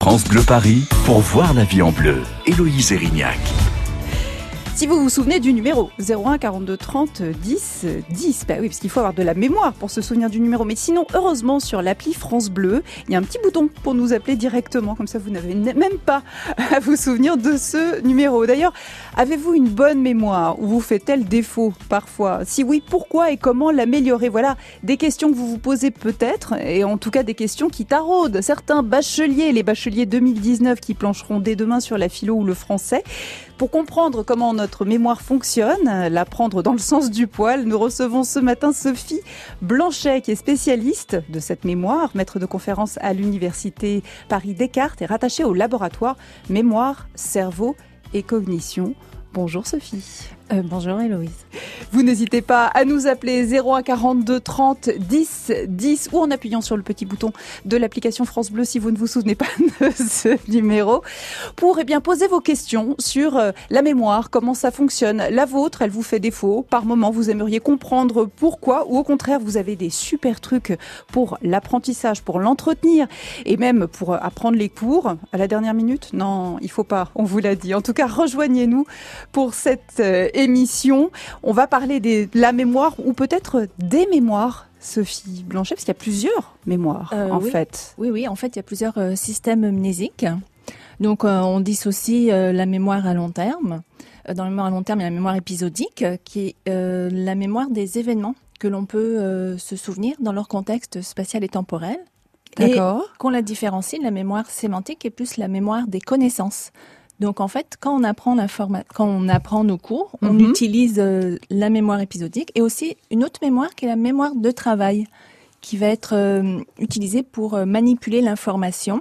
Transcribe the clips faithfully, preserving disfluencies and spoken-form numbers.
France Bleu Paris pour voir la vie en bleu. Héloïse Erignac. Si vous vous souvenez du numéro zéro un quarante-deux trente dix dix, bah oui, parce qu'il faut avoir de la mémoire pour se souvenir du numéro. Mais sinon, heureusement, sur l'appli France Bleu, il y a un petit bouton pour nous appeler directement. Comme ça, vous n'avez même pas à vous souvenir de ce numéro. D'ailleurs, avez-vous une bonne mémoire ou vous fait-elle défaut parfois? Si oui, pourquoi et comment l'améliorer? Voilà des questions que vous vous posez peut-être, et en tout cas des questions qui taraudent certains bacheliers, les bacheliers deux mille dix-neuf qui plancheront dès demain sur la philo ou le français. Pour comprendre comment notre mémoire fonctionne, l'apprendre dans le sens du poil, nous recevons ce matin Sophie Blanchet, qui est spécialiste de cette mémoire, maître de conférence à l'université Paris-Descartes et rattachée au laboratoire Mémoire, Cerveau et Cognition. Bonjour Sophie. Euh, bonjour Héloïse. Vous n'hésitez pas à nous appeler zéro un quarante-deux trente dix dix ou en appuyant sur le petit bouton de l'application France Bleu si vous ne vous souvenez pas de ce numéro pour eh bien, poser vos questions sur euh, la mémoire, comment ça fonctionne. La vôtre, elle vous fait défaut. Par moment, vous aimeriez comprendre pourquoi ou au contraire, vous avez des super trucs pour l'apprentissage, pour l'entretenir et même pour apprendre les cours à la dernière minute. Non, il faut pas, on vous l'a dit. En tout cas, rejoignez-nous pour cette euh, émission. On va parler des, de la mémoire ou peut-être des mémoires, Sophie Blanchet, parce qu'il y a plusieurs mémoires euh, en oui. fait. Oui, oui, en fait, il y a plusieurs euh, systèmes mnésiques. Donc, euh, on dissocie euh, la mémoire à long terme. Euh, dans la mémoire à long terme, il y a la mémoire épisodique, euh, qui est euh, la mémoire des événements que l'on peut euh, se souvenir dans leur contexte spatial et temporel. D'accord. Et qu'on la différencie de la mémoire sémantique, qui est plus la mémoire des connaissances. Donc en fait, quand on apprend l'informa- quand on apprend nos cours, on Mm-hmm. utilise euh, la mémoire épisodique et aussi une autre mémoire qui est la mémoire de travail, qui va être euh, utilisée pour euh, manipuler l'information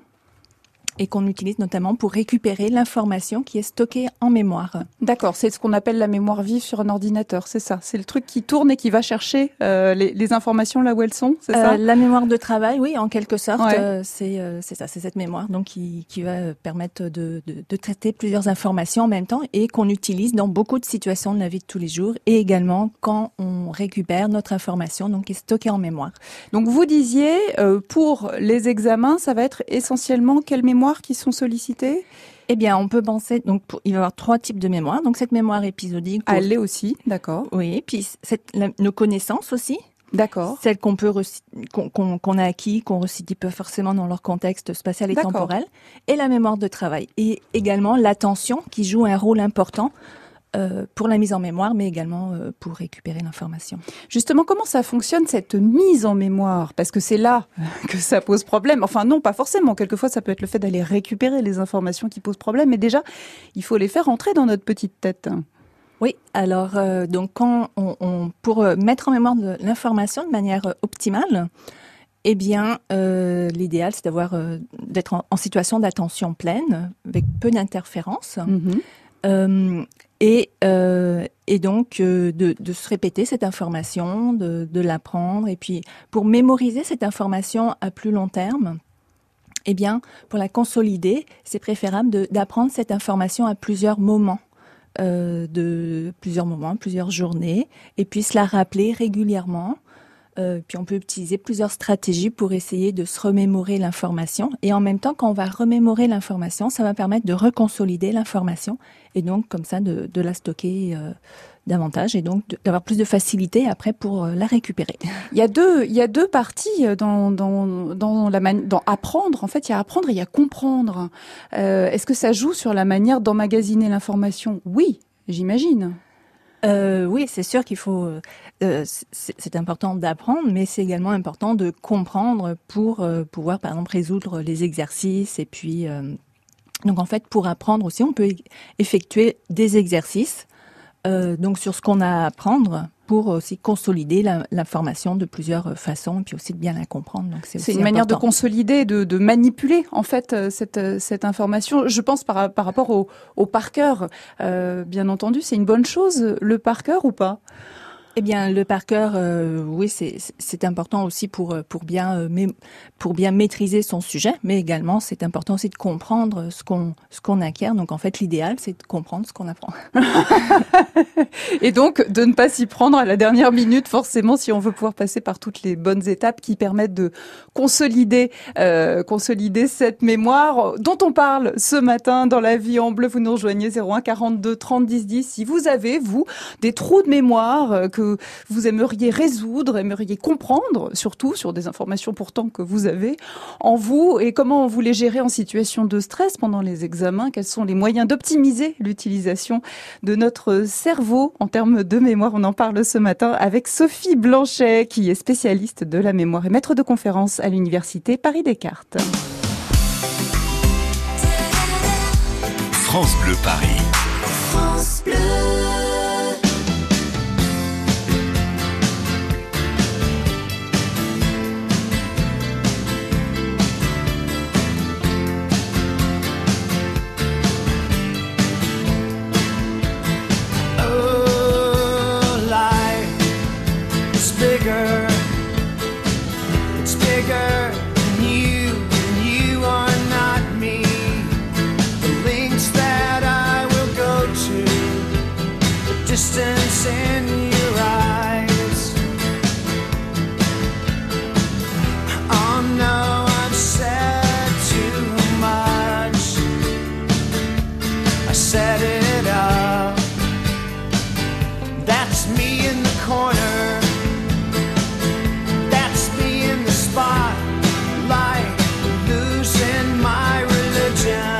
et qu'on utilise notamment pour récupérer l'information qui est stockée en mémoire. D'accord, c'est ce qu'on appelle la mémoire vive sur un ordinateur, c'est ça. C'est le truc qui tourne et qui va chercher euh, les, les informations là où elles sont, c'est Euh, ça? la mémoire de travail, oui, en quelque sorte, Ouais. euh, c'est euh, c'est ça, c'est cette mémoire donc qui, qui va euh, permettre de, de, de traiter plusieurs informations en même temps et qu'on utilise dans beaucoup de situations de la vie de tous les jours et également quand on récupère notre information donc qui est stockée en mémoire. Donc vous disiez, euh, pour les examens, ça va être essentiellement quelles mémoires qui sont sollicitées? Eh bien, on peut penser donc pour, il va y avoir trois types de mémoire. Donc cette mémoire épisodique, pour, Ah, elle l'est aussi, d'accord. oui, puis cette, la, nos connaissances aussi. D'accord. Celles qu'on peut reci- qu'on, qu'on, qu'on a acquis, qu'on recidie pas forcément dans leur contexte spatial et D'accord. temporel, et la mémoire de travail. Et également l'attention qui joue un rôle important euh, pour la mise en mémoire, mais également euh, pour récupérer l'information. Justement, comment ça fonctionne cette mise en mémoire? Parce que c'est là que ça pose problème. Enfin non, pas forcément. Quelquefois, ça peut être le fait d'aller récupérer les informations qui posent problème. Mais déjà, il faut les faire entrer dans notre petite tête. Oui, alors euh, donc quand on, on pour euh, mettre en mémoire de l'information de manière euh, optimale, eh bien euh, l'idéal c'est d'avoir euh, d'être en, en situation d'attention pleine avec peu d'interférences Mm-hmm. euh, et euh, et donc euh, de, de se répéter cette information, de, de l'apprendre et puis pour mémoriser cette information à plus long terme. Eh bien, pour la consolider, c'est préférable de, d'apprendre cette information à plusieurs moments. Euh, de plusieurs moments, plusieurs journées, et puis se la rappeler régulièrement. Euh, puis on peut utiliser plusieurs stratégies pour essayer de se remémorer l'information. Et en même temps, quand on va remémorer l'information, ça va permettre de reconsolider l'information et donc comme ça de, de la stocker euh, davantage et donc de, d'avoir plus de facilité après pour euh, la récupérer. Il y a deux, il y a deux parties dans dans dans la man- dans apprendre. En fait, il y a apprendre et il y a comprendre. Euh, est-ce que ça joue sur la manière d'emmagasiner l'information? Oui, j'imagine. Euh, oui, c'est sûr qu'il faut. Euh, c'est, c'est important d'apprendre, mais c'est également important de comprendre pour euh, pouvoir, par exemple, résoudre les exercices. Et puis, euh, donc en fait, pour apprendre aussi, on peut effectuer des exercices. Euh, donc sur ce qu'on a à apprendre pour aussi consolider la, l'information de plusieurs façons et puis aussi de bien la comprendre. Donc c'est, C'est aussi une manière de important. consolider, de, de manipuler en fait euh, cette, euh, cette information. Je pense par, par rapport au, au par cœur. Euh, bien entendu, c'est une bonne chose, le par cœur ou pas? Eh bien, le par cœur, euh, oui, c'est, c'est important aussi pour pour bien euh, pour bien maîtriser son sujet, mais également c'est important aussi de comprendre ce qu'on ce qu'on acquiert. Donc en fait, l'idéal, c'est de comprendre ce qu'on apprend. Et donc de ne pas s'y prendre à la dernière minute, forcément, si on veut pouvoir passer par toutes les bonnes étapes qui permettent de consolider euh, consolider cette mémoire dont on parle ce matin dans La Vie en Bleu. Vous nous rejoignez zéro un quarante-deux trente dix dix. Si vous avez vous des trous de mémoire que vous aimeriez résoudre, aimeriez comprendre, surtout sur des informations pourtant que vous avez en vous, et comment vous les gérez en situation de stress pendant les examens, quels sont les moyens d'optimiser l'utilisation de notre cerveau en termes de mémoire. On en parle ce matin avec Sophie Blanchet, qui est spécialiste de la mémoire et maître de conférence à l'université Paris-Descartes. France Bleu Paris. France Bleu. Distance in your eyes. Oh no, I've said too much. I set it up. That's me in the corner. That's me in the spotlight, losing my religion.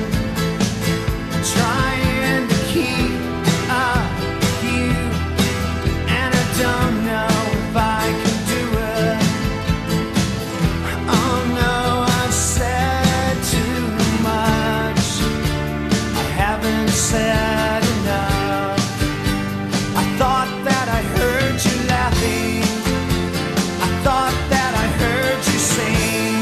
Trying to keep up. Don't know if I can do it. Oh no, I've said too much. I haven't said enough. I thought that I heard you laughing. I thought that I heard you sing.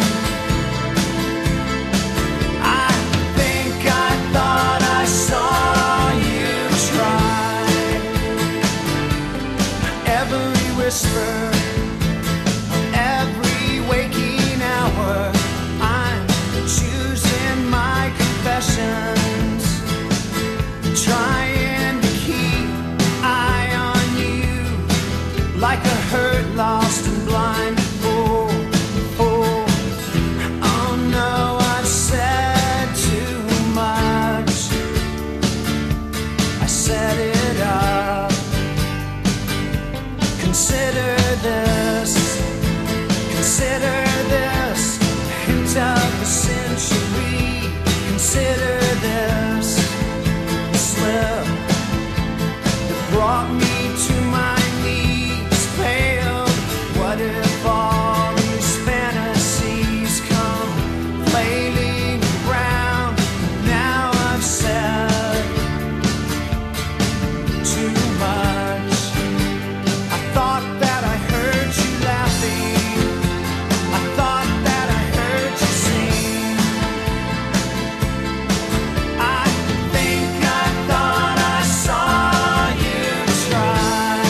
I think I thought I saw you try. Every whisper, every waking hour, I'm choosing my confessions, trying to keep eye on you, like a hurt, lost and blind fool. Oh, oh no, I've said too much. I set it up. Consider this, consider this, hint of the century. Consider this, the slip that brought me to my knees, pale. What if all these fantasies come flailing around? Now I've said too much. Thought that I heard you laughing. I thought that I heard you sing. I think I thought I saw you try.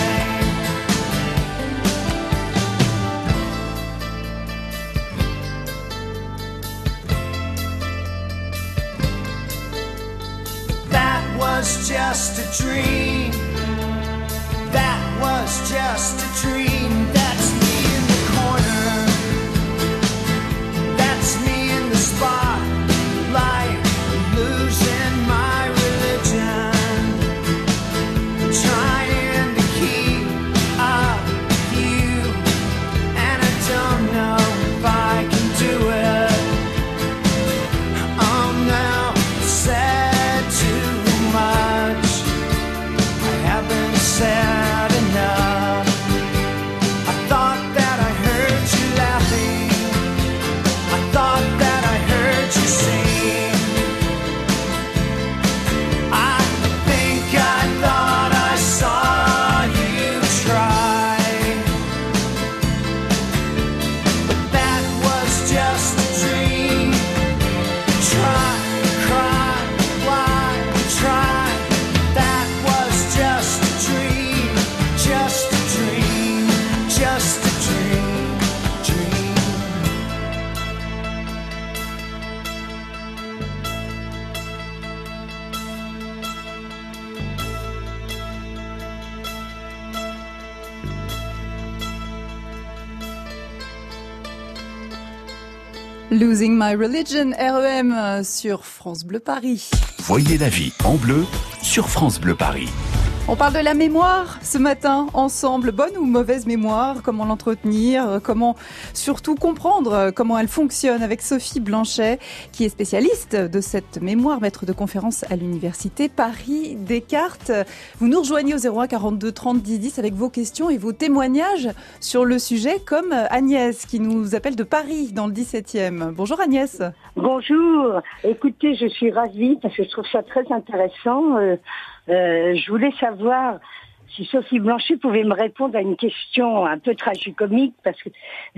That was just a dream. That was just a dream. That's me in the corner. That's me in the spotlight, losing my religion, trying to keep up with you, and I don't know if I can do it. Oh no, I said too much. I haven't said enough. I Losing My Religion, R E M sur France Bleu Paris. Voyez la vie en bleu sur France Bleu Paris. On parle de la mémoire ce matin ensemble. Bonne ou mauvaise mémoire? Comment l'entretenir? Comment surtout comprendre comment elle fonctionne avec Sophie Blanchet, qui est spécialiste de cette mémoire, maître de conférence à l'université Paris Descartes. Vous nous rejoignez au zéro un quarante-deux trente dix dix avec vos questions et vos témoignages sur le sujet, comme Agnès qui nous appelle de Paris dans le dix-septième. Bonjour Agnès. Bonjour. Écoutez, je suis ravie parce que je trouve ça très intéressant. Euh, Euh, je voulais savoir si Sophie Blanchet pouvait me répondre à une question un peu tragicomique, parce que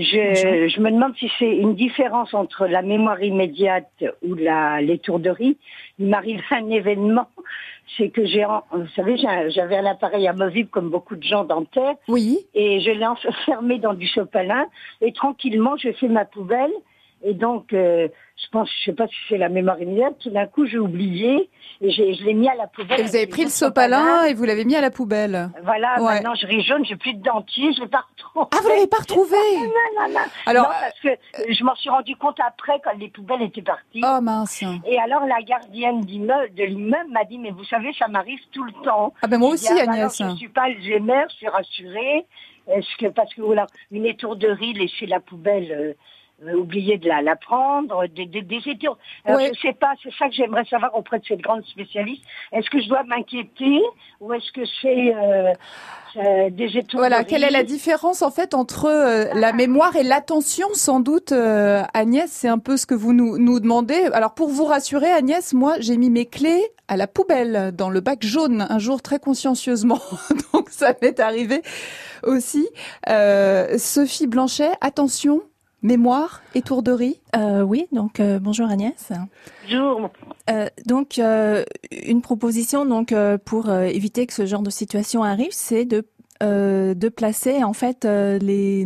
je, je me demande si c'est une différence entre la mémoire immédiate ou la, l'étourderie. Il m'arrive un événement, c'est que j'ai, vous savez, j'ai, j'avais un appareil amovible comme beaucoup de gens dentaires. Oui. Et je l'ai enfermé dans du sopalin et tranquillement je fais ma poubelle. Et donc, euh, je pense, je sais pas si c'est la mémoire immédiate, tout d'un coup, j'ai oublié et j'ai, je l'ai mis à la poubelle. Et vous avez pris le sopalin et vous l'avez mis à la poubelle. Voilà, ouais. Maintenant, je ris jaune, j'ai plus de dentier, je l'ai pas retrouvé. Ah, vous l'avez pas retrouvé? Non, non, non. Alors, non, parce que euh, je m'en suis rendu compte après quand les poubelles étaient parties. Oh, mince. Et alors, la gardienne d'immeuble, de l'immeuble m'a dit, mais vous savez, ça m'arrive tout le temps. Ah, ben moi aussi, dit, ah, Agnès. Alors, je suis pas Alzheimer, je suis rassurée. Est-ce que, parce que, voilà, une étourderie, laisser la poubelle, euh, Euh, oublier de la, la prendre, des, des, des étours. Alors, ouais. Je sais pas, c'est ça que j'aimerais savoir auprès de cette grande spécialiste. Est-ce que je dois m'inquiéter ou est-ce que c'est euh, euh, des étours? Voilà, quelle est la différence en fait entre euh, la mémoire et l'attention, sans doute, euh, Agnès, c'est un peu ce que vous nous, nous demandez. Alors pour vous rassurer, Agnès, moi j'ai mis mes clés à la poubelle, dans le bac jaune, un jour très consciencieusement. Donc ça m'est arrivé aussi. Euh, Sophie Blanchet, attention. Mémoire, étourderie. Euh, oui, donc euh, bonjour Agnès. Bonjour. Euh, donc euh, une proposition donc euh, pour euh, éviter que ce genre de situation arrive, c'est de euh, de placer en fait euh, les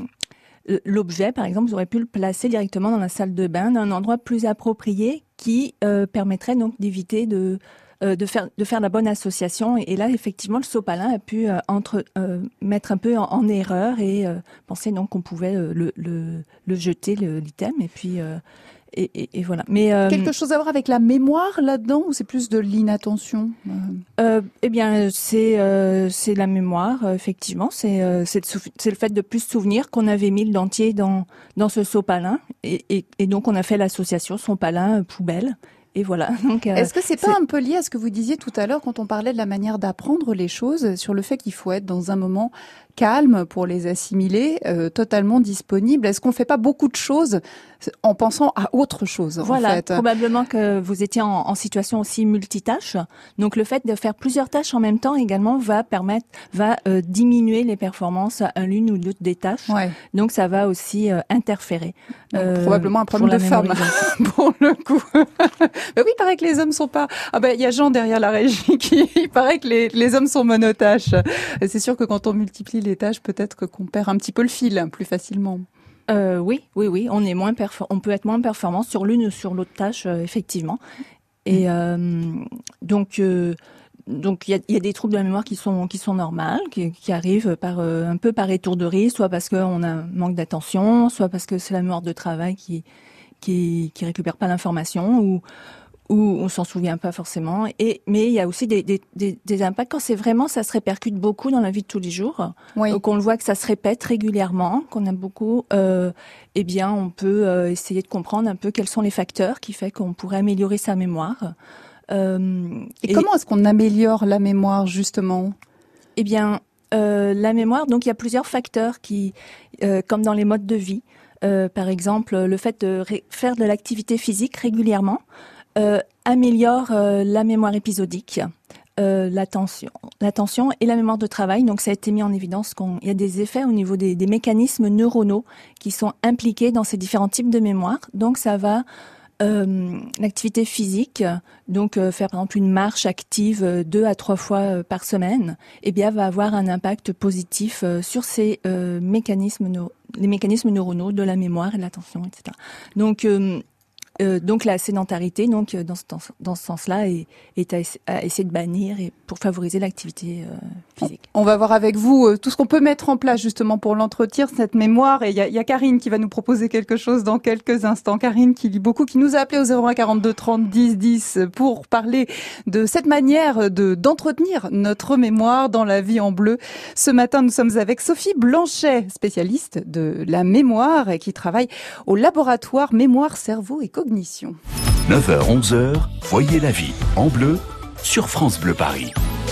l'objet, par exemple, vous aurez pu le placer directement dans la salle de bain, dans un endroit plus approprié qui euh, permettrait donc d'éviter de de faire de faire la bonne association. Et là effectivement le sopalin a pu euh, entre euh, mettre un peu en, en erreur et euh, penser donc qu'on pouvait euh, le, le le jeter le, l'item et puis euh, et, et, et voilà. Mais euh, quelque chose à voir avec la mémoire là-dedans ou c'est plus de l'inattention? euh, Eh bien c'est euh, c'est la mémoire euh, effectivement. C'est euh, c'est, sou- c'est le fait de plus se souvenir qu'on avait mis le dentier dans dans ce sopalin et, et, et donc on a fait l'association sopalin euh, poubelle. Et voilà. Donc, euh, Est-ce que c'est pas c'est... un peu lié à ce que vous disiez tout à l'heure quand on parlait de la manière d'apprendre les choses, sur le fait qu'il faut être dans un moment calme pour les assimiler, euh, totalement disponible? Est-ce qu'on fait pas beaucoup de choses en pensant à autre chose, voilà, en fait? Probablement que vous étiez en, en situation aussi multitâche. Donc le fait de faire plusieurs tâches en même temps également va permettre, va euh, diminuer les performances à l'une ou l'autre des tâches. Ouais. Donc ça va aussi euh, interférer. Donc, euh, probablement un problème de femme pour le coup. Ben oui, il paraît que les hommes sont pas. Ah ben il y a Jean derrière la régie qui il paraît que les, les hommes sont monotâches. C'est sûr que quand on multiplie les tâches, peut-être que qu'on perd un petit peu le fil plus facilement. Euh, oui, oui, oui, on est moins perfor- on peut être moins performant sur l'une ou sur l'autre tâche, euh, effectivement. Et euh, donc, euh, donc il y a, y a des troubles de la mémoire qui sont qui sont normales, qui, qui arrivent par euh, un peu par étourderie, soit parce qu'on a un manque d'attention, soit parce que c'est la mémoire de travail qui qui qui récupère pas l'information ou où on s'en souvient pas forcément. Et mais il y a aussi des, des, des, des impacts quand c'est vraiment ça se répercute beaucoup dans la vie de tous les jours. Oui. Donc on le voit que ça se répète régulièrement, qu'on a beaucoup. Euh, eh bien, on peut euh, essayer de comprendre un peu quels sont les facteurs qui fait qu'on pourrait améliorer sa mémoire. Euh, et, et comment est-ce qu'on améliore la mémoire justement? Eh bien, euh, la mémoire. Donc il y a plusieurs facteurs qui, euh, comme dans les modes de vie, euh, par exemple, le fait de ré- faire de l'activité physique régulièrement. Euh, améliore euh, la mémoire épisodique, euh, l'attention, l'attention et la mémoire de travail. Donc, ça a été mis en évidence qu'il y a des effets au niveau des, des mécanismes neuronaux qui sont impliqués dans ces différents types de mémoire. Donc, ça va euh, l'activité physique, donc euh, faire par exemple une marche active euh, deux à trois fois euh, par semaine, eh bien, va avoir un impact positif euh, sur ces euh, mécanismes, neuro- les mécanismes neuronaux de la mémoire et de l'attention, et cetera. Donc euh, Euh, donc la sédentarité, donc dans ce, dans, dans ce sens-là, est, est à, à essayer de bannir et pour favoriser l'activité euh, physique. On va voir avec vous euh, tout ce qu'on peut mettre en place justement pour l'entretenir, cette mémoire. Et il y a, y a Karine qui va nous proposer quelque chose dans quelques instants. Karine qui lit beaucoup, qui nous a appelé au zéro un quarante-deux trente dix dix pour parler de cette manière de d'entretenir notre mémoire dans la vie en bleu. Ce matin, nous sommes avec Sophie Blanchet, spécialiste de la mémoire et qui travaille au laboratoire Mémoire, Cerveau et Cognition. neuf heures onze heures, voyez la vie en bleu sur France Bleu Paris.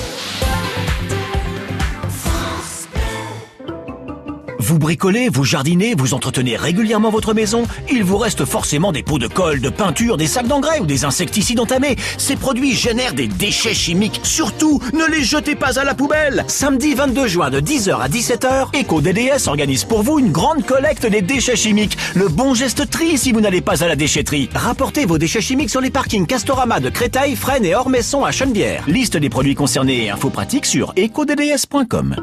Vous bricolez, vous jardinez, vous entretenez régulièrement votre maison, il vous reste forcément des pots de colle, de peinture, des sacs d'engrais ou des insecticides entamés. Ces produits génèrent des déchets chimiques. Surtout, ne les jetez pas à la poubelle. Samedi vingt-deux juin de dix heures à dix-sept heures, EcoDD S organise pour vous une grande collecte des déchets chimiques. Le bon geste tri si vous n'allez pas à la déchetterie. Rapportez vos déchets chimiques sur les parkings Castorama de Créteil, Fresnes et Ormesson à Chenevière. Liste des produits concernés et infos pratiques sur eco d d s point com.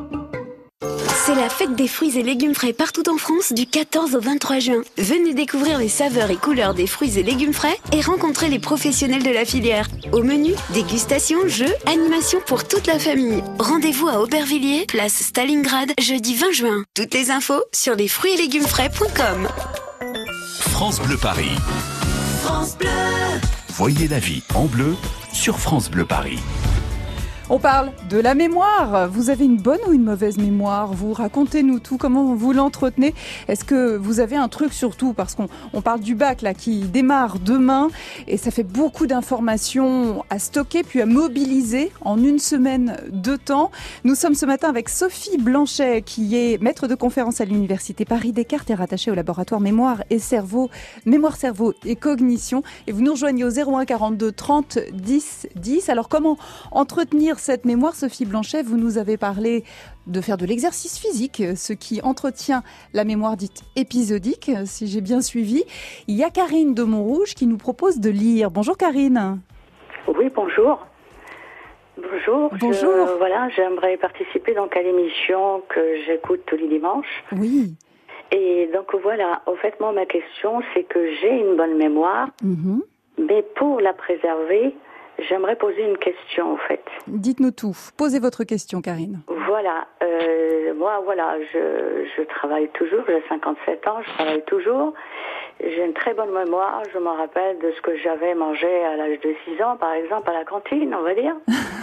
C'est la fête des fruits et légumes frais partout en France du quatorze au vingt-trois juin. Venez découvrir les saveurs et couleurs des fruits et légumes frais et rencontrer les professionnels de la filière. Au menu, dégustation, jeux, animation pour toute la famille. Rendez-vous à Aubervilliers, place Stalingrad, jeudi vingt juin. Toutes les infos sur les fruits et légumes frais point com. France Bleu Paris. France Bleu. Voyez la vie en bleu sur France Bleu Paris. On parle de la mémoire. Vous avez une bonne ou une mauvaise mémoire? Vous racontez-nous tout, comment vous l'entretenez. Est-ce que vous avez un truc surtout, parce qu'on on parle du bac là qui démarre demain et ça fait beaucoup d'informations à stocker puis à mobiliser en une semaine de temps. Nous sommes ce matin avec Sophie Blanchet qui est maître de conférence à l'université Paris-Descartes et rattachée au laboratoire Mémoire et Cerveau, Mémoire, Cerveau et Cognition. Et vous nous rejoignez au zéro un quarante-deux trente dix dix. Alors comment entretenir cette mémoire, Sophie Blanchet? Vous nous avez parlé de faire de l'exercice physique, ce qui entretient la mémoire dite épisodique, si j'ai bien suivi. Il y a Karine de Montrouge qui nous propose de lire. Bonjour Karine. Oui, bonjour. Bonjour. Bonjour. Je, voilà, j'aimerais participer donc à l'émission que j'écoute tous les dimanches. Oui. Et donc voilà, au fait, moi, ma question, c'est que j'ai une bonne mémoire, Mm-hmm. mais pour la préserver, j'aimerais poser une question, en fait. Dites-nous tout. Posez votre question, Karine. Voilà. Euh, moi, voilà, je, je travaille toujours. J'ai cinquante-sept ans, je travaille toujours. J'ai une très bonne mémoire. Je me rappelle de ce que j'avais mangé à l'âge de six ans, par exemple, à la cantine, on va dire.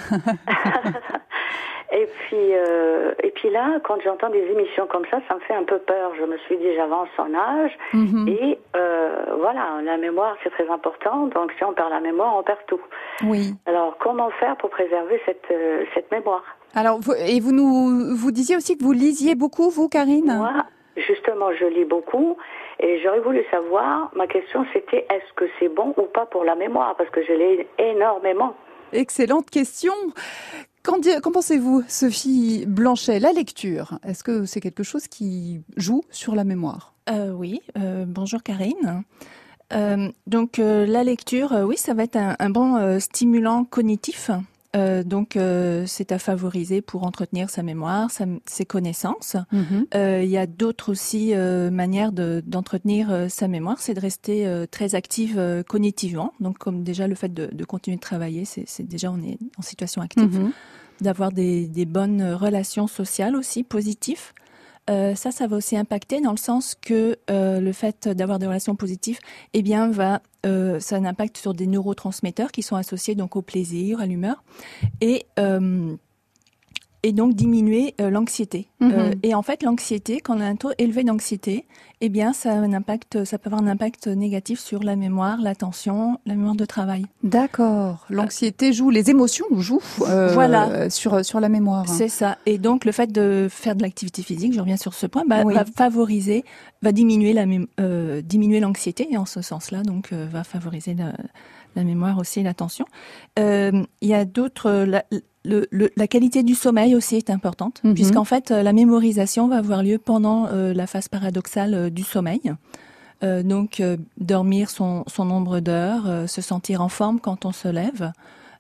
Et puis, euh, et puis là, quand j'entends des émissions comme ça, ça me fait un peu peur. Je me suis dit, j'avance en âge. Mm-hmm. Et euh, voilà, la mémoire, c'est très important. Donc, si on perd la mémoire, on perd tout. Oui. Alors, comment faire pour préserver cette, euh, cette mémoire? Alors, vous, et vous nous, vous disiez aussi que vous lisiez beaucoup, vous, Karine? Moi, justement, je lis beaucoup. Et j'aurais voulu savoir, ma question, c'était, est-ce que c'est bon ou pas pour la mémoire? Parce que je lis énormément. Excellente question. Qu'en, qu'en pensez-vous, Sophie Blanchet? La lecture, est-ce que c'est quelque chose qui joue sur la mémoire? Euh, oui, euh, bonjour Karine. Euh, donc euh, la lecture, euh, oui, ça va être un, un bon euh, stimulant cognitif. Euh, donc euh, c'est à favoriser pour entretenir sa mémoire, sa, ses connaissances. Mm-hmm. Euh, il y a d'autres aussi euh, manières de, d'entretenir euh, sa mémoire, c'est de rester euh, très active euh, cognitivement. Donc comme déjà le fait de, de continuer de travailler, c'est, c'est déjà on est en situation active. Mm-hmm. D'avoir des, des bonnes relations sociales aussi positives. Euh, ça, ça va aussi impacter dans le sens que euh, le fait d'avoir des relations positives, eh bien, va, euh, ça a un impact sur des neurotransmetteurs qui sont associés donc au plaisir, à l'humeur, et euh, et donc diminuer euh, l'anxiété. Mm-hmm. Euh, et en fait, l'anxiété, quand on a un taux élevé d'anxiété, eh bien, ça a un impact, ça peut avoir un impact négatif sur la mémoire, l'attention, la mémoire de travail. D'accord. L'anxiété joue, les émotions jouent euh, voilà. sur sur la mémoire. C'est ça. Et donc, le fait de faire de l'activité physique, je reviens sur ce point, bah, Oui. va favoriser, va diminuer la mé- euh, diminuer l'anxiété, et en ce sens-là, donc, euh, va favoriser la, la mémoire aussi et l'attention. Euh, il y a d'autres. La, Le, le, la qualité du sommeil aussi est importante, Mm-hmm. puisqu'en fait, la mémorisation va avoir lieu pendant euh, la phase paradoxale euh, du sommeil. Euh, donc, euh, dormir son, son nombre d'heures, euh, se sentir en forme quand on se lève,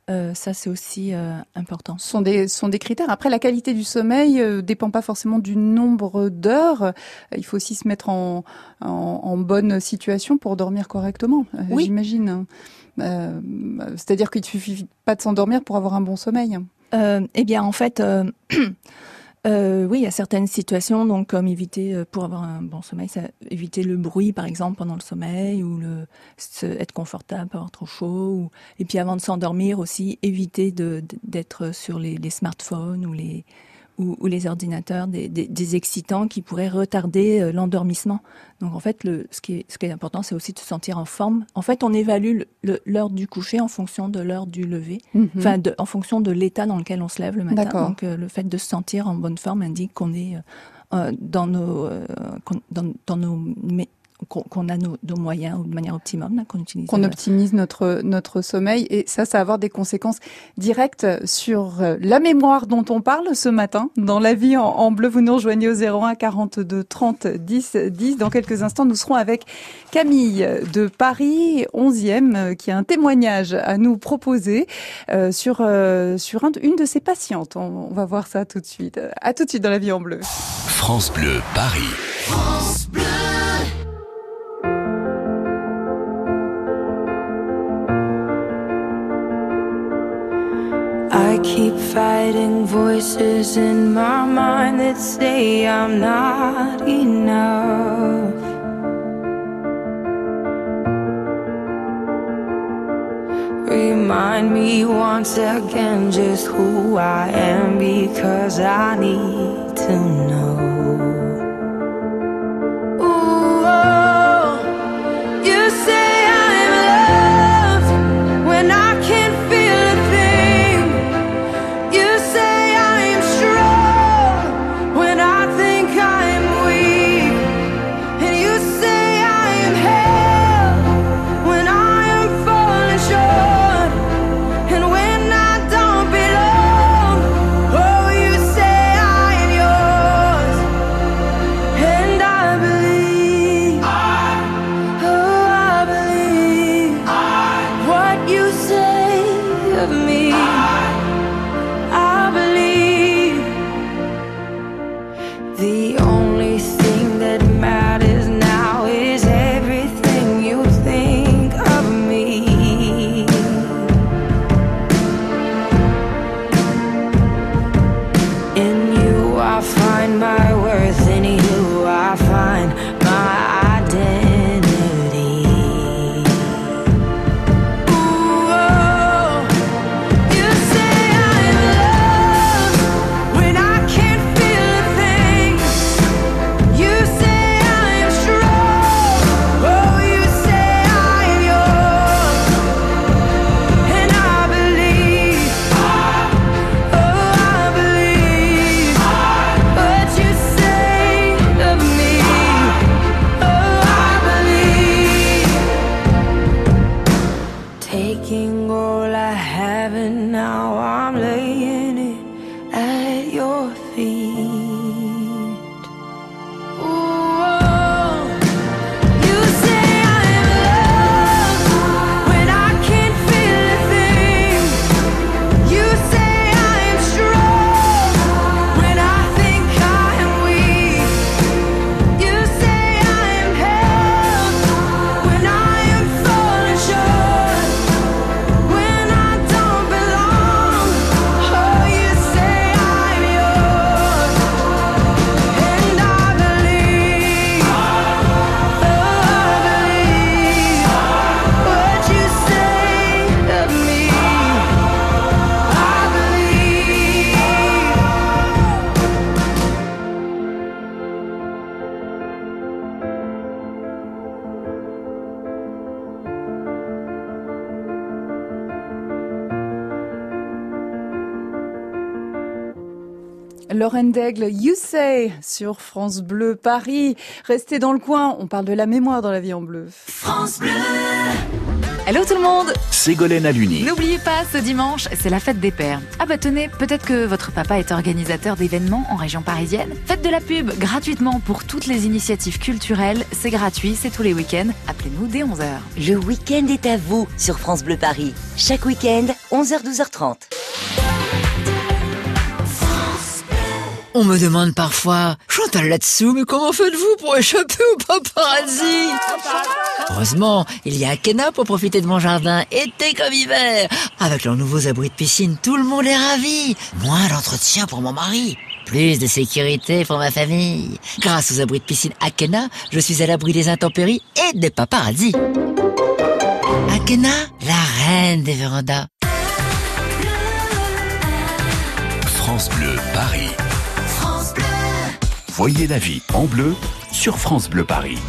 Euh, ça, c'est aussi euh, important. Ce sont des, ce sont des critères. Après, la qualité du sommeil euh, dépend pas forcément du nombre d'heures. Euh, il faut aussi se mettre en, en, en bonne situation pour dormir correctement, euh, Oui. j'imagine. Euh, c'est-à-dire qu'il ne suffit pas de s'endormir pour avoir un bon sommeil. Euh, eh bien, en fait, euh, euh, oui, il y a certaines situations, donc comme éviter, euh, pour avoir un bon sommeil, ça, éviter le bruit, par exemple, pendant le sommeil, ou le, se, être confortable, pas avoir trop chaud, ou, et puis avant de s'endormir aussi, éviter de, d'être sur les, les smartphones ou les ou, ou les ordinateurs, des, des, des excitants qui pourraient retarder euh, l'endormissement. Donc en fait, le, ce qui est, ce qui est important, c'est aussi de se sentir en forme. En fait, on évalue le, le, l'heure du coucher en fonction de l'heure du lever, mm-hmm. enfin de, en fonction de l'état dans lequel on se lève le matin. D'accord. Donc euh, le fait de se sentir en bonne forme indique qu'on est euh, dans nos euh, dans, dans nos mais, Qu'on, qu'on a nos, nos moyens de manière optimum, là, qu'on utilise. Qu'on euh... optimise notre notre sommeil, et ça, ça va avoir des conséquences directes sur la mémoire dont on parle ce matin. Dans La Vie en, en bleu, vous nous rejoignez au zéro un quarante-deux trente dix dix. Dans quelques instants, nous serons avec Camille de Paris onzième, qui a un témoignage à nous proposer euh, sur euh, sur un, une de ses patientes. On, on va voir ça tout de suite. À tout de suite dans La Vie en bleu. France Bleu Paris. France Bleu. I keep fighting voices in my mind that say I'm not enough. Remind me once again just who I am, because I need to know. Ooh, oh, you say I'm loved when I can't feel a thing. You say I'm strong when I think I'm weak. And you say I am held when I am falling short. And when I don't belong, oh, you say I am yours. And I believe, oh, I believe what you say of me. I believe the only thing that matters now is everything you think of me. In you I find my worth, in you I find my identity. Ooh, oh, you say I'm loved when I can't feel a thing. You say I'm strong, oh, you say I'm yours. And I believe, oh, I believe what you say of me. Oh, I believe. Taking all I have and now I'm laying it at your feet. Ooh, oh, you say I'm loved when I can't feel a thing. You say I'm strong when I think I am weak. You say I am held when I am falling short. When I don't belong, oh, you say I'm yours. And I believe, oh, I believe what you say of me. I believe. Lauren Daigle, You Say, sur France Bleu Paris. Restez dans le coin, on parle de la mémoire dans La Vie en bleu. France Bleu. Hello tout le monde! Ségolène Aluni. N'oubliez pas, ce dimanche, c'est la fête des pères. Ah bah tenez, peut-être que votre papa est organisateur d'événements en région parisienne. Faites de la pub gratuitement pour toutes les initiatives culturelles. C'est gratuit, c'est tous les week-ends. Appelez-nous dès onze heures. Le week-end est à vous sur France Bleu Paris. Chaque week-end, onze heures douze heures trente. On me demande parfois, Chantal là-dessous, mais comment faites-vous pour échapper au paparazzi? Heureusement, il y a Akena pour profiter de mon jardin, été comme hiver. Avec leurs nouveaux abris de piscine, tout le monde est ravi. Moins d'entretien pour mon mari. Plus de sécurité pour ma famille. Grâce aux abris de piscine Akena, je suis à l'abri des intempéries et des paparazzi. Akena, la reine des vérandas. France Bleu Paris. Voyez la vie en bleu sur France Bleu Paris.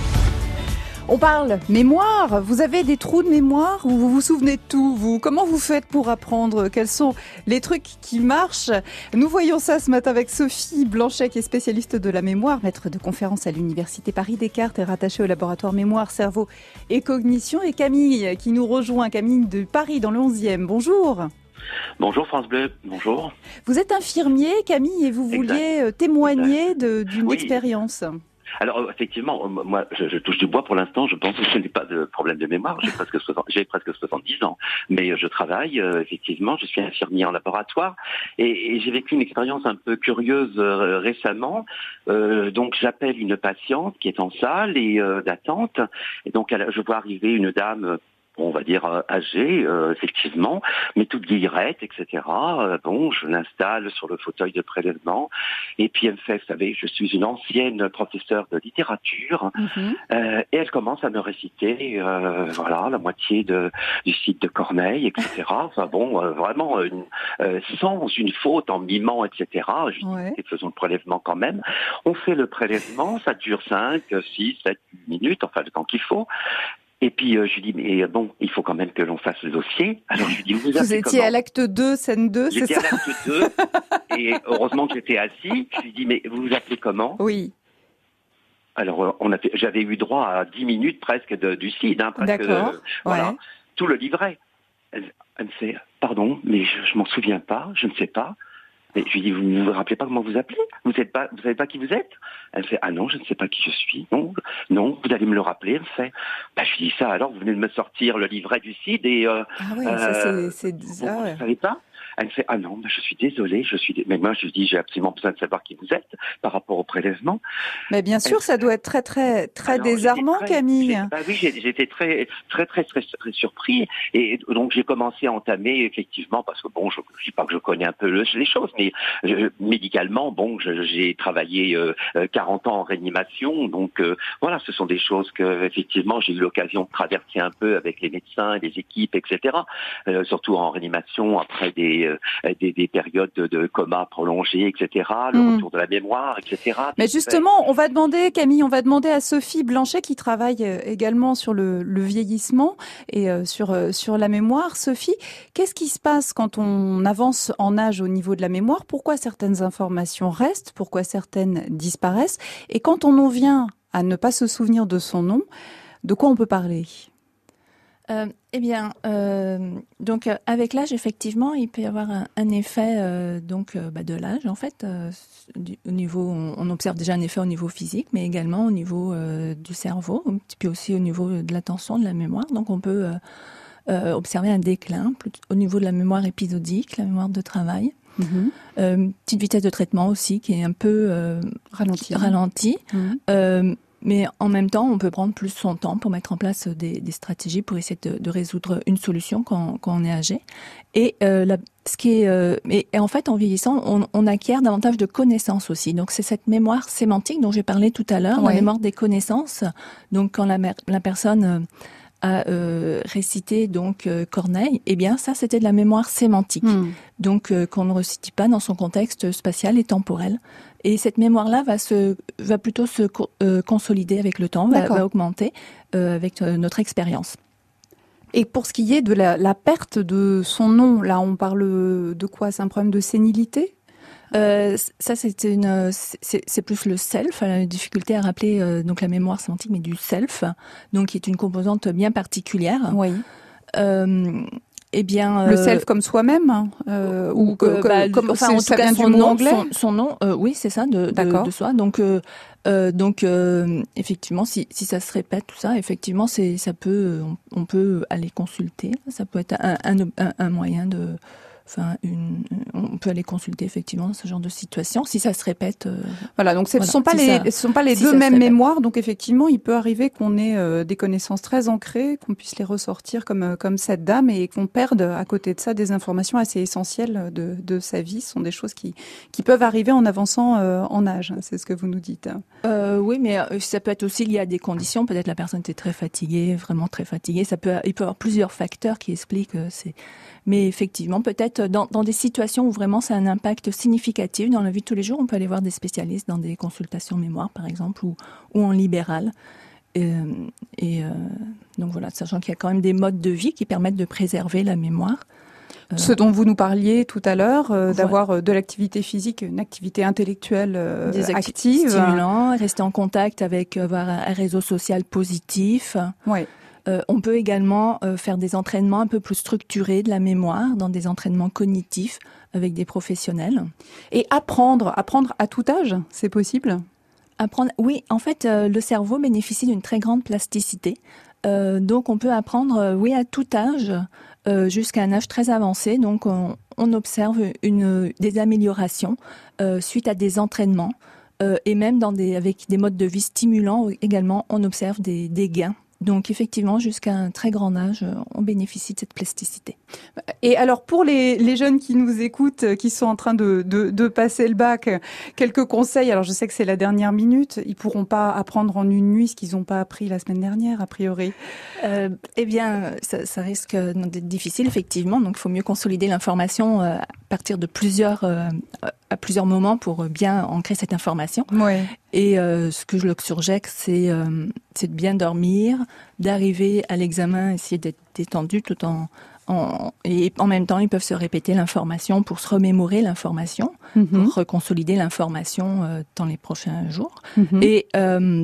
On parle mémoire. Vous avez des trous de mémoire ou vous vous souvenez de tout, vous? Comment vous faites pour apprendre? Quels sont les trucs qui marchent? Nous voyons ça ce matin avec Sophie Blanchet, qui est spécialiste de la mémoire, maître de conférence à l'Université Paris-Descartes et rattachée au laboratoire mémoire, cerveau et cognition. Et Camille, qui nous rejoint, Camille de Paris dans le onzième. Bonjour. Bonjour France Bleu, bonjour. Vous êtes infirmier, Camille, et vous vouliez exact. témoigner de, d'une oui. expérience. Alors effectivement, moi je, je touche du bois pour l'instant, je pense que je n'ai pas de problème de mémoire, j'ai presque soixante, j'ai presque soixante-dix ans, mais je travaille, euh, effectivement, je suis infirmier en laboratoire, et, et j'ai vécu une expérience un peu curieuse euh, récemment, euh, donc j'appelle une patiente qui est en salle et euh, d'attente, et donc elle, je vois arriver une dame, on va dire euh, âgée, euh, effectivement, mais toute guillerette, et cetera. Euh, bon, je l'installe sur le fauteuil de prélèvement, et puis elle me fait, vous savez, je suis une ancienne professeure de littérature, mm-hmm. euh, et elle commence à me réciter, euh, voilà, la moitié de, du site de Corneille, et cetera. Enfin bon, euh, vraiment, une, euh, sans une faute, en mimant, et cetera. Je dis, ouais. faisons le prélèvement quand même. On fait le prélèvement, ça dure cinq, six, sept minutes, enfin le temps qu'il faut. Et puis euh, je lui dis, mais bon, il faut quand même que l'on fasse le dossier. Alors je lui dis, vous, vous étiez comment? À l'acte deux, scène deux, c'est ça? J'étais à l'acte deux, et heureusement que j'étais assis. Je lui dis, mais vous vous appelez comment? Oui. Alors on a fait, j'avais eu droit à dix minutes presque de, du C I D, hein, presque. D'accord. Euh, voilà, ouais. Tout le livret. Elle, elle me fait, pardon, mais je, je m'en souviens pas, je ne sais pas. Mais je lui dis, vous ne vous rappelez pas comment vous appelez? Vous êtes pas, vous savez pas qui vous êtes? Elle me fait, ah non, je ne sais pas qui je suis. Non, non, vous allez me le rappeler. Elle me fait, bah je lui dis ça. Alors vous venez de me sortir le livret du C I D et euh, ah oui, euh, ça c'est, c'est vous, ah ouais. vous savez pas? Elle me fait, ah non, bah, je suis désolée, je suis, dé... mais moi je lui dis, j'ai absolument besoin de savoir qui vous êtes par rapport au prélèvement. Mais bien sûr, elle... ça doit être très très très Alors, désarmant, très, Camille. Bah oui, j'ai, j'étais très très très très très surpris et donc j'ai commencé à entamer effectivement parce que bon, je ne dis pas que je connais un peu le, les choses, mais je, médicalement, bon, je, j'ai travaillé euh, quarante ans en réanimation, donc euh, voilà, ce sont des choses que effectivement j'ai eu l'occasion de traverser un peu avec les médecins et les équipes, et cetera. Euh, surtout en réanimation après des Des, des périodes de, de coma prolongées, et cetera, le mmh. retour de la mémoire, et cetera. Mais justement, on va demander, Camille, on va demander à Sophie Blanchet, qui travaille également sur le, le vieillissement et euh, sur, euh, sur la mémoire. Sophie, qu'est-ce qui se passe quand on avance en âge au niveau de la mémoire? Pourquoi certaines informations restent? Pourquoi certaines disparaissent? Et quand on en vient à ne pas se souvenir de son nom, de quoi on peut parler? Euh, eh bien, euh, donc euh, avec l'âge, effectivement, il peut y avoir un, un effet euh, donc euh, bah, de l'âge, en fait. Euh, du, au niveau, on, on observe déjà un effet au niveau physique, mais également au niveau euh, du cerveau, puis aussi au niveau de l'attention, de la mémoire. Donc, on peut euh, euh, observer un déclin plus, au niveau de la mémoire épisodique, la mémoire de travail. Mm-hmm. Euh, petite vitesse de traitement aussi qui est un peu euh, ralentie. ralentie. Mm-hmm. Euh, Mais en même temps, on peut prendre plus son temps pour mettre en place des, des stratégies pour essayer de, de résoudre une solution quand, quand on est âgé. Et euh, la, ce qui est, euh, et, et en fait, en vieillissant, on, on acquiert davantage de connaissances aussi. Donc, c'est cette mémoire sémantique dont j'ai parlé tout à l'heure, ouais. La mémoire des connaissances. Donc, quand la, la personne euh, a euh, récité donc euh, Corneille, eh bien, ça, c'était de la mémoire sémantique. Mm. Donc, euh, qu'on ne recite pas dans son contexte spatial et temporel. Et cette mémoire-là va se, va plutôt se euh, consolider avec le temps, va, va augmenter euh, avec euh, notre expérience. Et pour ce qui est de la, la perte de son nom, là, on parle de quoi? C'est un problème de sénilité? Euh, ça, c'est une, c'est, c'est plus le self, la difficulté à rappeler euh, donc la mémoire sémantique, mais du self, donc qui est une composante bien particulière. Oui. Euh, Eh bien, le euh, self comme soi-même, hein, euh, ou que, euh, bah, comme enfin, c'est- en tout ça cas, vient son du mot nom, anglais. son, son nom, euh, oui, c'est ça, de, de, D'accord. de soi. Donc, euh, euh, donc, euh, effectivement, si, si ça se répète tout ça, effectivement, c'est, ça peut, on, on peut aller consulter. Ça peut être un, un, un, un moyen de, enfin, une, on peut aller consulter effectivement ce genre de situation si ça se répète. Euh, Voilà, donc ce ne voilà, sont pas si les, ça- ce sont pas les si deux ça se mêmes répète. mémoires. Donc effectivement, il peut arriver qu'on ait euh, des connaissances très ancrées, qu'on puisse les ressortir comme euh, comme cette dame et qu'on perde à côté de ça des informations assez essentielles de de sa vie. Ce sont des choses qui qui peuvent arriver en avançant euh, en âge. C'est ce que vous nous dites. Euh, oui, mais euh, ça peut être aussi lié à des conditions. Peut-être la personne était très fatiguée, vraiment très fatiguée. Ça peut, il peut y avoir plusieurs facteurs qui expliquent. euh, c'est, mais effectivement, peut-être dans, dans des situations où vraiment c'est un impact significatif dans la vie de tous les jours, on peut aller voir des spécialistes dans des consultations mémoire, par exemple, ou, ou en libéral. Et, et euh, donc voilà, sachant qu'il y a quand même des modes de vie qui permettent de préserver la mémoire. Euh, Ce dont vous nous parliez tout à l'heure, euh, Voilà. d'avoir euh, de l'activité physique, une activité intellectuelle euh, des acti- active. stimulants, rester en contact avec euh, avoir un un réseau social positif. Ouais. Euh, on peut également euh, faire des entraînements un peu plus structurés de la mémoire, dans des entraînements cognitifs avec des professionnels. Et apprendre, apprendre à tout âge, c'est possible? Apprendre, oui, en fait, euh, le cerveau bénéficie d'une très grande plasticité. Euh, donc, on peut apprendre, euh, oui, à tout âge, euh, jusqu'à un âge très avancé. Donc, on, on observe une, des améliorations euh, suite à des entraînements. Euh, et même dans des, avec des modes de vie stimulants également, on observe des, des gains. Donc effectivement, jusqu'à un très grand âge, on bénéficie de cette plasticité. Et alors pour les, les jeunes qui nous écoutent, qui sont en train de, de, de passer le bac, quelques conseils. Alors je sais que c'est la dernière minute, ils pourront pas apprendre en une nuit ce qu'ils n'ont pas appris la semaine dernière, a priori. Euh, eh bien, ça, ça risque d'être difficile, effectivement. Donc il faut mieux consolider l'information euh, à partir de plusieurs, euh, à plusieurs moments pour bien ancrer cette information. Ouais. Et euh, ce que je leur suggère, c'est euh, c'est de bien dormir, d'arriver à l'examen, essayer d'être détendu tout en, en et en même temps, ils peuvent se répéter l'information pour se remémorer l'information, Mm-hmm. pour reconsolider l'information euh, dans les prochains jours. Mm-hmm. Et euh,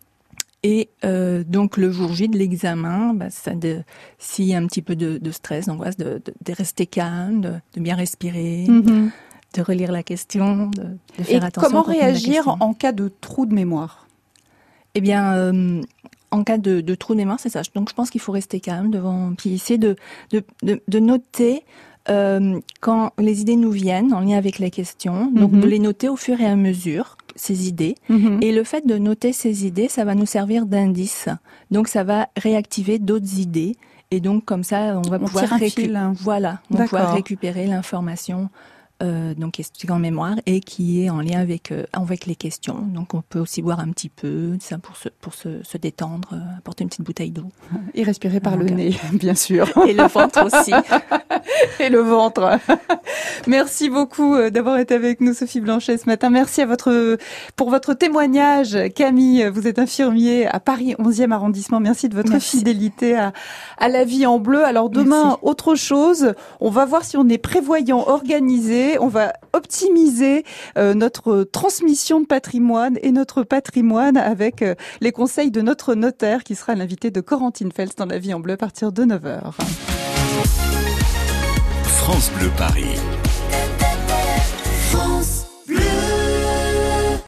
et euh, donc le jour J de l'examen, bah, ça de s'il y a un petit peu de, de stress, d'angoisse, de, de, de rester calme, de, de bien respirer. Mm-hmm. De relire la question, de, de faire Et attention. comment au contenu de la réagir question. en cas de trou de mémoire? Eh bien, euh, en cas de, de trou de mémoire, c'est ça. Donc, je pense qu'il faut rester calme devant, puis essayer de, de, de, de noter euh, quand les idées nous viennent en lien avec la question. Donc, Mhm. de les noter au fur et à mesure, ces idées. Mhm. Et le fait de noter ces idées, ça va nous servir d'indice. Donc, ça va réactiver d'autres idées. Et donc, comme ça, on va On pouvoir tire un récu- fil. Voilà, on va pouvoir D'accord. récupérer l'information. Euh, donc qui est en mémoire et qui est en lien avec euh, avec les questions. Donc on peut aussi boire un petit peu, ça pour se pour se, se détendre, euh, apporter une petite bouteille d'eau. Et respirer par le Donc, nez, bien sûr. Et le ventre aussi. Et le ventre. Merci beaucoup euh, d'avoir été avec nous, Sophie Blanchet, ce matin. Merci à votre pour votre témoignage, Camille. Vous êtes infirmier à Paris onzième arrondissement. Merci de votre Merci. fidélité à, à la vie en bleu. Alors demain, Merci. autre chose. On va voir si on est prévoyant, organisé. On va optimiser euh, notre transmission de patrimoine et notre patrimoine avec euh, les conseils de notre notaire qui sera l'invité de Corentine Fels dans la vie en bleu à partir de neuf heures. France Bleu Paris.